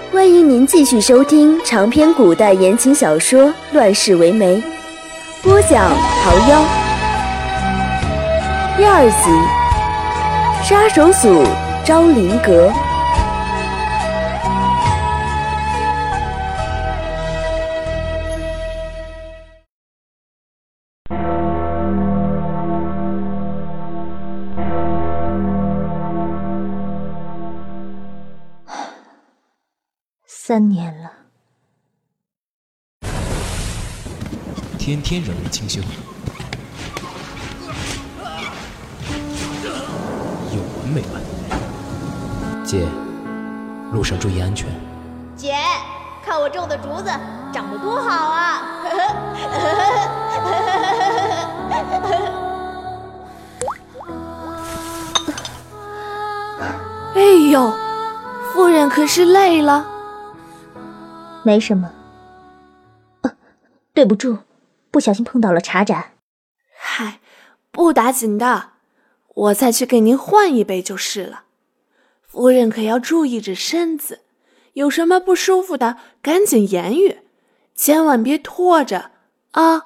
欢迎您继续收听长篇古代言情小说《乱世为媒》，播讲桃夭。第2集，杀手组昭林阁。 3年了， 天天惹人清修，有完没完？姐，路上注意安全。 姐，看我种的竹子长得多好啊！ 哎呦，夫人可是累了？ 没什么。对不住，不小心碰到了茶盏。 嗨，不打紧的，我再去给您换一杯就是了。夫人可要注意着身子，有什么不舒服的赶紧言语，千万别拖着啊。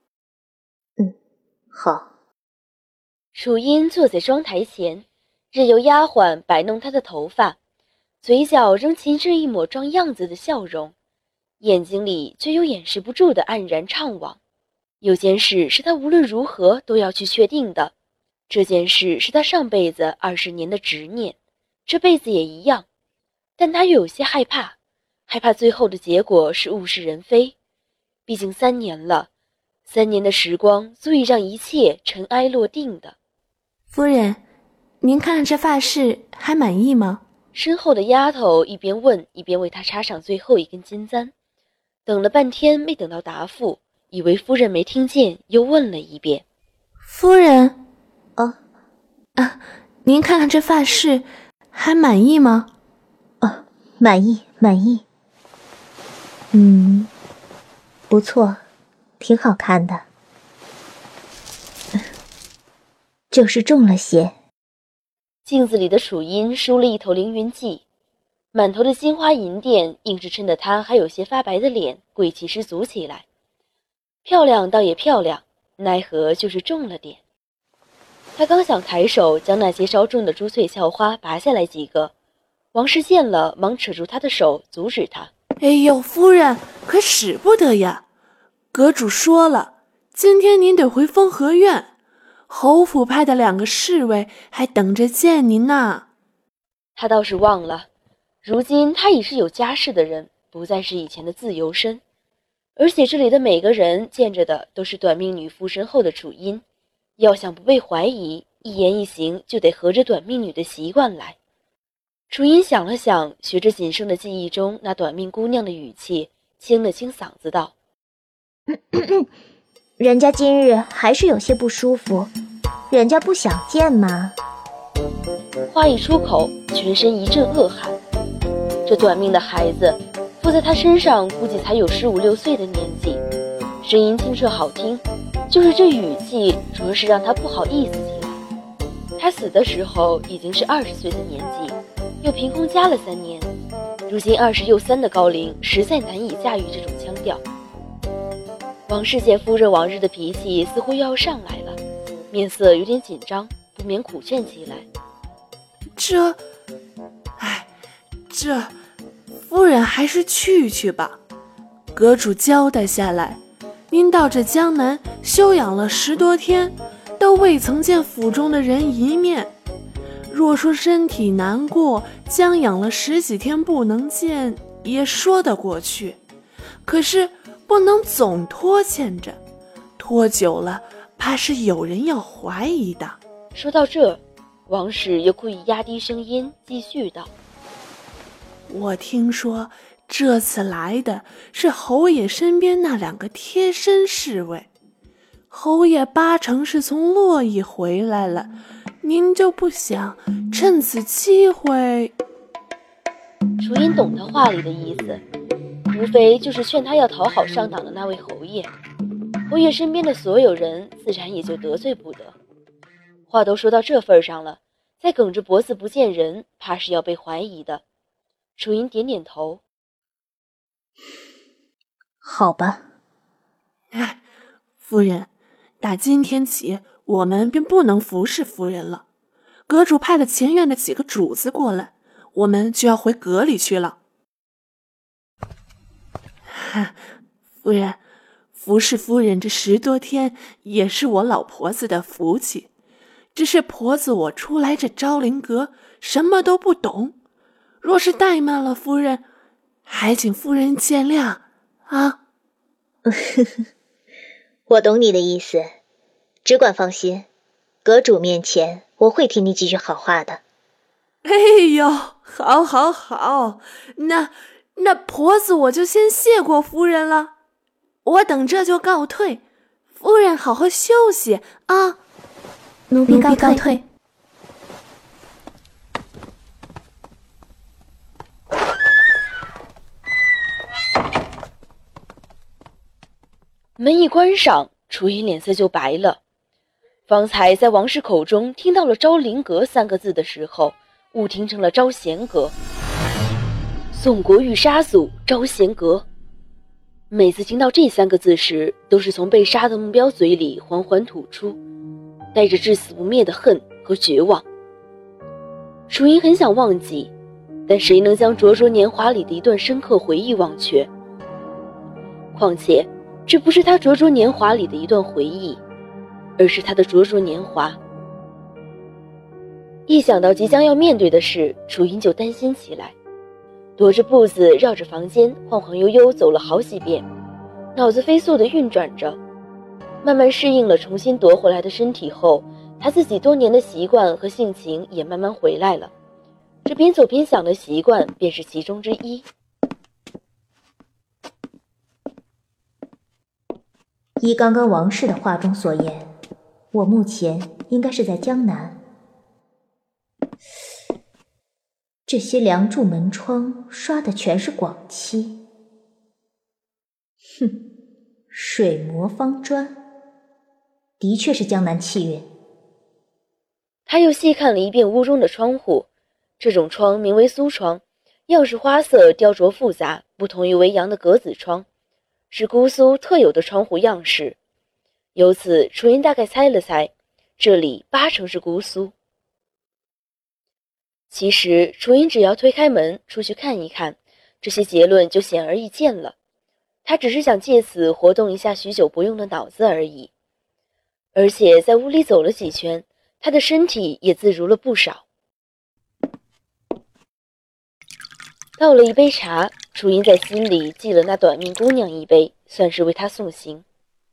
好。 楚音坐在妆台前，任由丫鬟摆弄她的头发，嘴角仍噙着一抹装样子的笑容，眼睛里却有掩饰不住的黯然怅惘。有件事是她无论如何都要去确定的，这件事是她上辈子20年的执念，这辈子也一样。但她又有些害怕，害怕最后的结果是物是人非。毕竟3年了，3年的时光足以让一切尘埃落定的。 夫人，您看看这发饰还满意吗？ 身后的丫头一边问一边为她插上最后一根金簪，等了半天没等到答复，以为夫人没听见，又问了一遍。 夫人，您看看这发饰还满意吗？ 满意。不错，挺好看的。就是重了些。 镜子里的楚音梳了一头凌云髻，满头的金花银钿硬是衬得她还有些发白的脸贵气十足起来。漂亮倒也漂亮，奈何就是重了点。她刚想抬手将那些稍重的珠翠俏花拔下来几个，王氏见了忙扯住她的手阻止她。 哎呦，夫人可使不得呀，阁主说了，今天您得回丰和院，侯府派的2个侍卫还等着见您呢。 他倒是忘了，如今他已是有家室的人，不再是以前的自由身，而且这里的每个人见着的都是短命女附身后的楚音，要想不被怀疑，一言一行就得合着短命女的习惯来。楚音想了想，学着仅剩的记忆中那短命姑娘的语气，清了清嗓子道： 人家今日还是有些不舒服，人家不想见嘛。 话一出口，全身一阵恶寒。这短命的孩子附在他身上估计才有15、16岁的年纪，声音清澈好听，就是这语气着实让他不好意思起来。他死的时候已经是20岁的年纪，又凭空加了3年，如今20又3的高龄实在难以驾驭这种腔调。王氏见夫人往日的脾气似乎又要上来了，面色有点紧张，不免苦劝起来。 夫人还是去吧。阁主交代下来，您到这江南休养了10多天，都未曾见府中的人一面。若说身体难过，将养了10几天不能见，也说得过去。可是不能总拖欠着，拖久了怕是有人要怀疑的。 说到这，王氏又故意压低声音继续道： 我听说这次来的是侯爷身边那2个贴身侍卫，侯爷8成是从洛邑回来了，您就不想趁此机会？ 楚音懂他话里的意思，无非就是劝他要讨好上党的那位侯爷。侯爷身边的所有人自然也就得罪不得。话都说到这份上了，再梗着脖子不见人，怕是要被怀疑的。楚音点点头， 好吧。 哎，夫人，打今天起，我们便不能服侍夫人了。阁主派了前院的几个主子过来，我们就要回阁里去了。夫人，服侍夫人这10多天，也是我老婆子的福气。只是婆子我初来这昭陵阁，什么都不懂。若是怠慢了夫人，还请夫人见谅啊。 我懂你的意思，只管放心，阁主面前我会替你几句好话的。 哎呦，好好好，那婆子我就先谢过夫人了，我等这就告退，夫人好好休息啊。 奴婢告退。 门一关上，楚音脸色就白了。方才在王氏口中听到了昭陵阁3个字的时候，误听成了昭贤阁。宋国玉杀祖昭贤阁，每次听到这3个字时，都是从被杀的目标嘴里缓缓吐出，带着至死不灭的恨和绝望。楚音很想忘记，但谁能将灼灼年华里的一段深刻回忆忘却？况且这不是他灼灼年华里的一段回忆，而是他的灼灼年华。一想到即将要面对的事，楚音就担心起来，踱着步子绕着房间晃晃悠悠走了好几遍，脑子飞速地运转着。慢慢适应了重新夺回来的身体后，他自己多年的习惯和性情也慢慢回来了，这边走边想的习惯便是其中之一。 依刚刚王氏的话中所言，我目前应该是在江南。这些梁柱门窗刷的全是广漆，水磨方砖，的确是江南气韵。 他又细看了一遍屋中的窗户，这种窗名为苏窗，样式花色雕琢复杂，不同于维扬的格子窗，是姑苏特有的窗户样式。由此楚音大概猜了猜，这里8成是姑苏。其实楚音只要推开门出去看一看，这些结论就显而易见了。他只是想借此活动一下许久不用的脑子而已。而且在屋里走了几圈，他的身体也自如了不少。倒了一杯茶，楚音在心里记了那短命姑娘一杯，算是为她送行。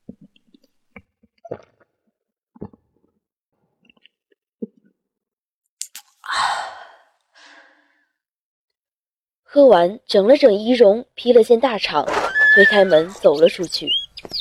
喝完，整了整仪容，披了件大氅，推开门走了出去。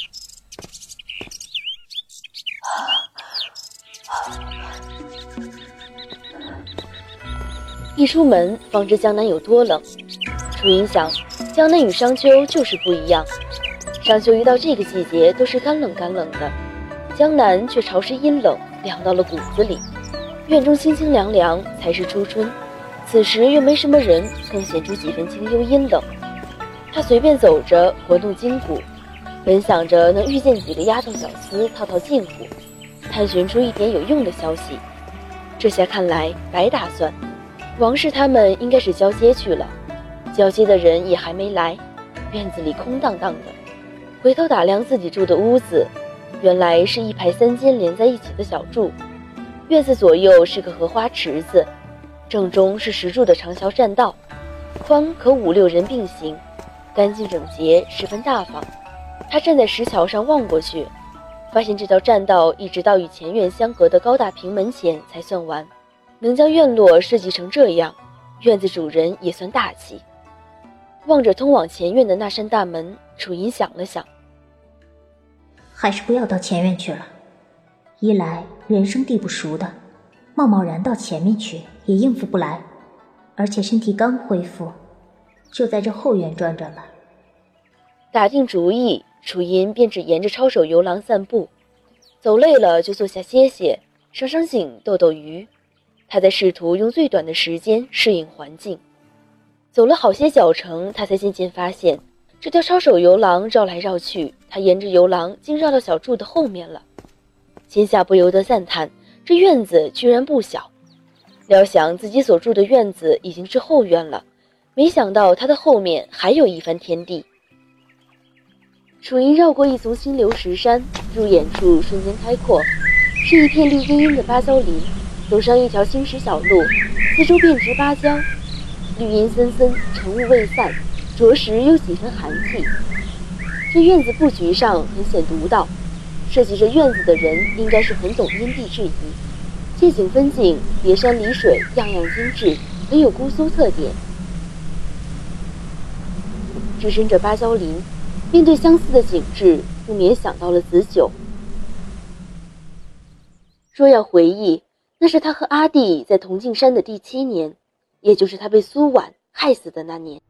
一出门，方知江南有多冷。楚音想，江南与商丘就是不一样。商丘一到这个季节都是干冷干冷的，江南却潮湿阴冷，凉到了骨子里。院中清清凉凉，才是初春。此时又没什么人，更显出几分清幽阴冷。他随便走着，活动筋骨，本想着能遇见几个丫头小厮套套近乎，探寻出一点有用的消息。这下看来白打算，王氏他们应该是交接去了，交接的人也还没来，院子里空荡荡的。回头打量自己住的屋子，原来是一排3间连在一起的小柱，院子左右是个荷花池子，正中是石柱的长条栈道，宽可5、6人并行，干净整洁，十分大方。他站在石桥上望过去，发现这条栈道一直到与前院相隔的高大平门前才算完。能将院落设计成这样，院子主人也算大气。望着通往前院的那扇大门，楚音想了想， 还是不要到前院去了。一来人生地不熟的，贸贸然到前面去也应付不来，而且身体刚恢复，就在这后院转转吧。 打定主意，楚音便只沿着抄手游廊散步，走累了就坐下歇歇，赏赏景，斗斗鱼。他在试图用最短的时间适应环境。走了好些脚程，他才渐渐发现， 这条抄手游廊绕来绕去，他沿着游廊竟绕到小柱的后面了。心下不由得赞叹，这院子居然不小。料想自己所住的院子已经是后院了，没想到他的后面还有一番天地。楚音绕过一丛新流石山，入眼处瞬间开阔，是一片绿茵茵的芭蕉林。走上一条青石小路，四周遍植芭蕉，绿荫森森，晨雾未散，着实有几分寒气。这院子布局上很显独到，设计这院子的人应该是很懂因地制宜，街景分景，叠山离水，样样精致，很有姑苏特点。置身这芭蕉林，面对相似的景致，不免想到了子久。若要回忆，那是他和阿弟在铜镜山的第7年，也就是他被苏婉害死的那年。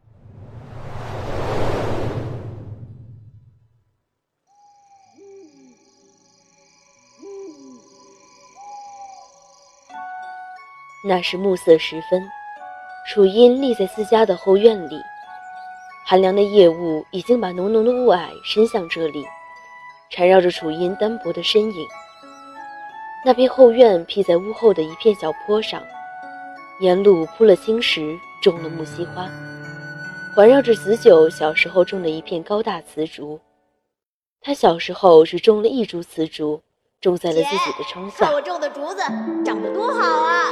那是暮色时分，楚音立在自家的后院里，寒凉的夜雾已经把浓浓的雾霭伸向这里，缠绕着楚音单薄的身影。那片后院披在屋后的一片小坡上，沿路铺了青石，种了木樨花，环绕着子久小时候种的一片高大瓷竹。他小时候只种了一株瓷竹，种在了自己的窗下。 看我种的竹子长得多好啊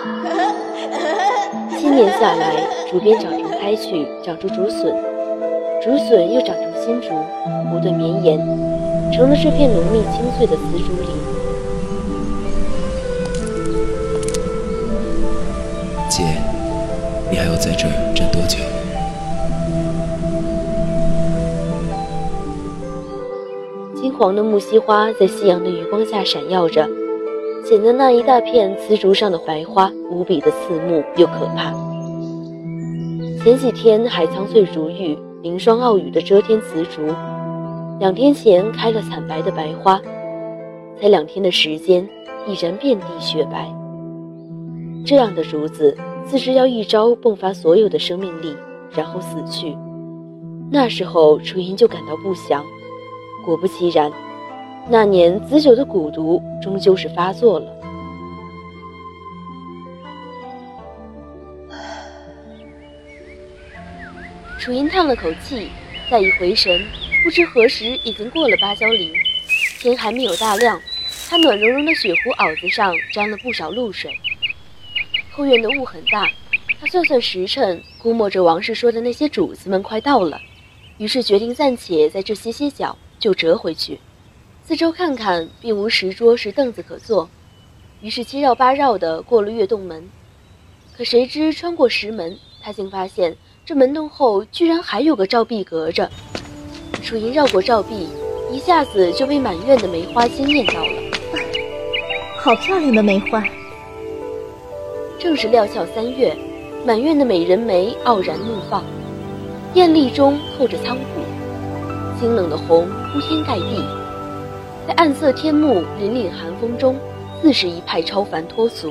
7年下来，竹边长成开去，长出竹笋，竹笋又长成新竹，不断绵延，成了这片浓密青翠的瓷竹林。 姐，你还要在这儿站多久？ 金黄的木樨花在夕阳的余光下闪耀着，显得那一大片瓷竹上的白花无比的刺目又可怕。前几天还苍翠如玉、凌霜傲雨的遮天瓷竹，2天前开了惨白的白花，才2天的时间，已然遍地雪白。这样的竹子自知要一朝迸发所有的生命力，然后死去。那时候楚音就感到不祥，果不其然，那年子久的蛊毒终究是发作了。楚音叹了口气，再一回神，不知何时已经过了芭蕉林，天还没有大亮，他暖融融的雪狐袄子上沾了不少露水。后院的雾很大，他算算时辰，估摸着王氏说的那些主子们快到了，于是决定暂且在这歇歇脚，就折回去。四周看看，并无石桌石凳子可坐，于是七绕八绕地过了月洞门。可谁知穿过石门，他竟发现这门洞后居然还有个照壁隔着。楚音绕过照壁，一下子就被满院的梅花惊艳到了。 好漂亮的梅花！ 正是料峭3月，满院的美人梅傲然怒放，艳丽中透着苍古，清冷的红铺天盖地，在暗色天幕凛凛寒风中，自是一派超凡脱俗。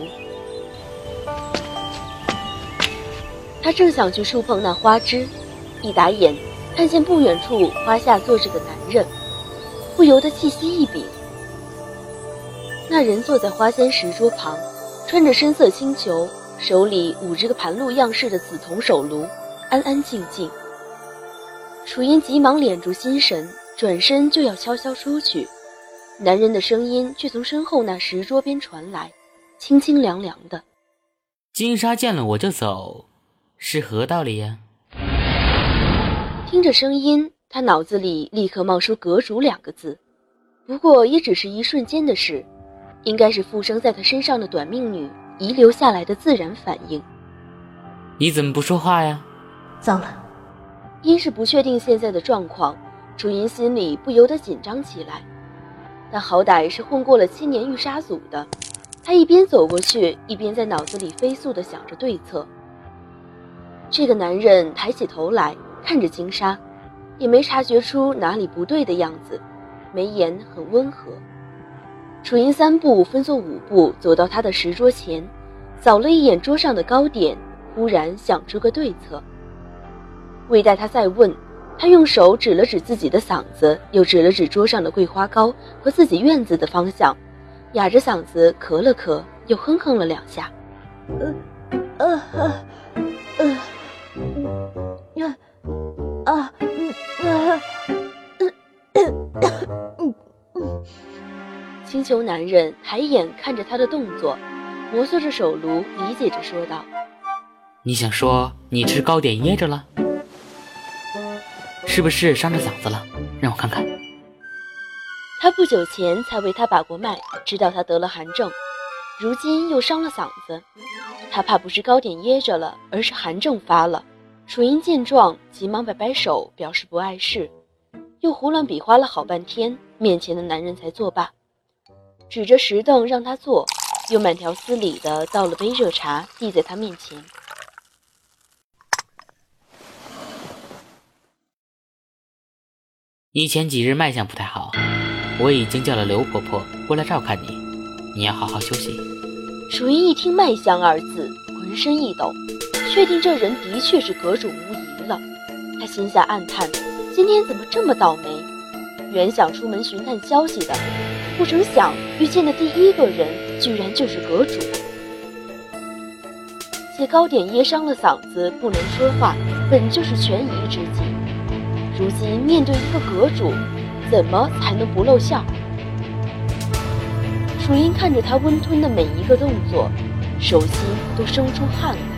他正想去触碰那花枝，一打眼看见不远处花下坐着个男人，不由得气息一屏。那人坐在花间石桌旁，穿着深色青裘，手里捂着个盘鹿样式的紫铜手炉，安安静静。楚音急忙敛住心神，转身就要悄悄出去，男人的声音却从身后那石桌边传来，清清凉凉的： 金沙见了我就走，是何道理呀？ 听着声音，他脑子里立刻冒出阁主2个字，不过也只是一瞬间的事，应该是附生在他身上的短命女遗留下来的自然反应。 你怎么不说话呀？ 糟了！ 因是不确定现在的状况，楚音心里不由得紧张起来。但好歹是混过了7年御杀组的，他一边走过去，一边在脑子里飞速地想着对策。这个男人抬起头来看着金沙，也没察觉出哪里不对的样子，眉眼很温和。楚音3步分作5步走到他的石桌前，扫了一眼桌上的糕点，忽然想出个对策。未待他再问， 他用手指了指自己的嗓子，又指了指桌上的桂花糕和自己院子的方向，哑着嗓子咳了咳，又哼哼了2下。星球男人抬眼看着他的动作，摩挲着手炉，理解着说道： 你想说你吃糕点噎着了？是不是伤着嗓子了？让我看看。 他不久前才为他把过脉，知道他得了寒症，如今又伤了嗓子，他怕不是糕点噎着了，而是寒症发了。楚音见状，急忙摆摆手表示不碍事，又胡乱比划了好半天，面前的男人才作罢，指着石凳让他坐，又慢条斯理地倒了杯热茶递在他面前。 你前几日脉象不太好，我已经叫了刘婆婆过来照看你，你要好好休息。 楚音一听脉象2字，浑身一抖，确定这人的确是阁主无疑了。他心下暗叹，今天怎么这么倒霉？原想出门寻探消息的，不成想遇见的第一个人居然就是阁主。且糕点噎伤了嗓子，不能说话，本就是权宜之计。如今面对一个阁主，怎么才能不露馅？楚音看着他温吞的每一个动作，手心都生出汗来。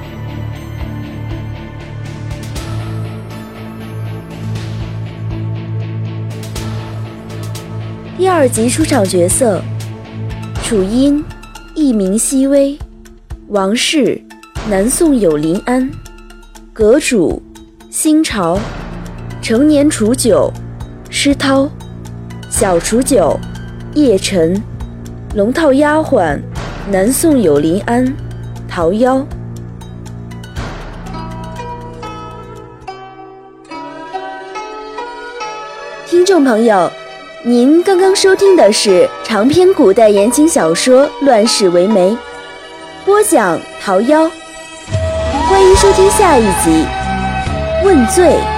第2集出场角色：楚音，艺名熹微，王氏，南宋有临安，阁主，新朝，成年处九，施涛，小处九，叶晨，龙套丫鬟，南宋有临安，桃夭。听众朋友，您刚刚收听的是长篇古代言情小说《乱世为媒》，播讲桃夭。欢迎收听下一集《问罪》。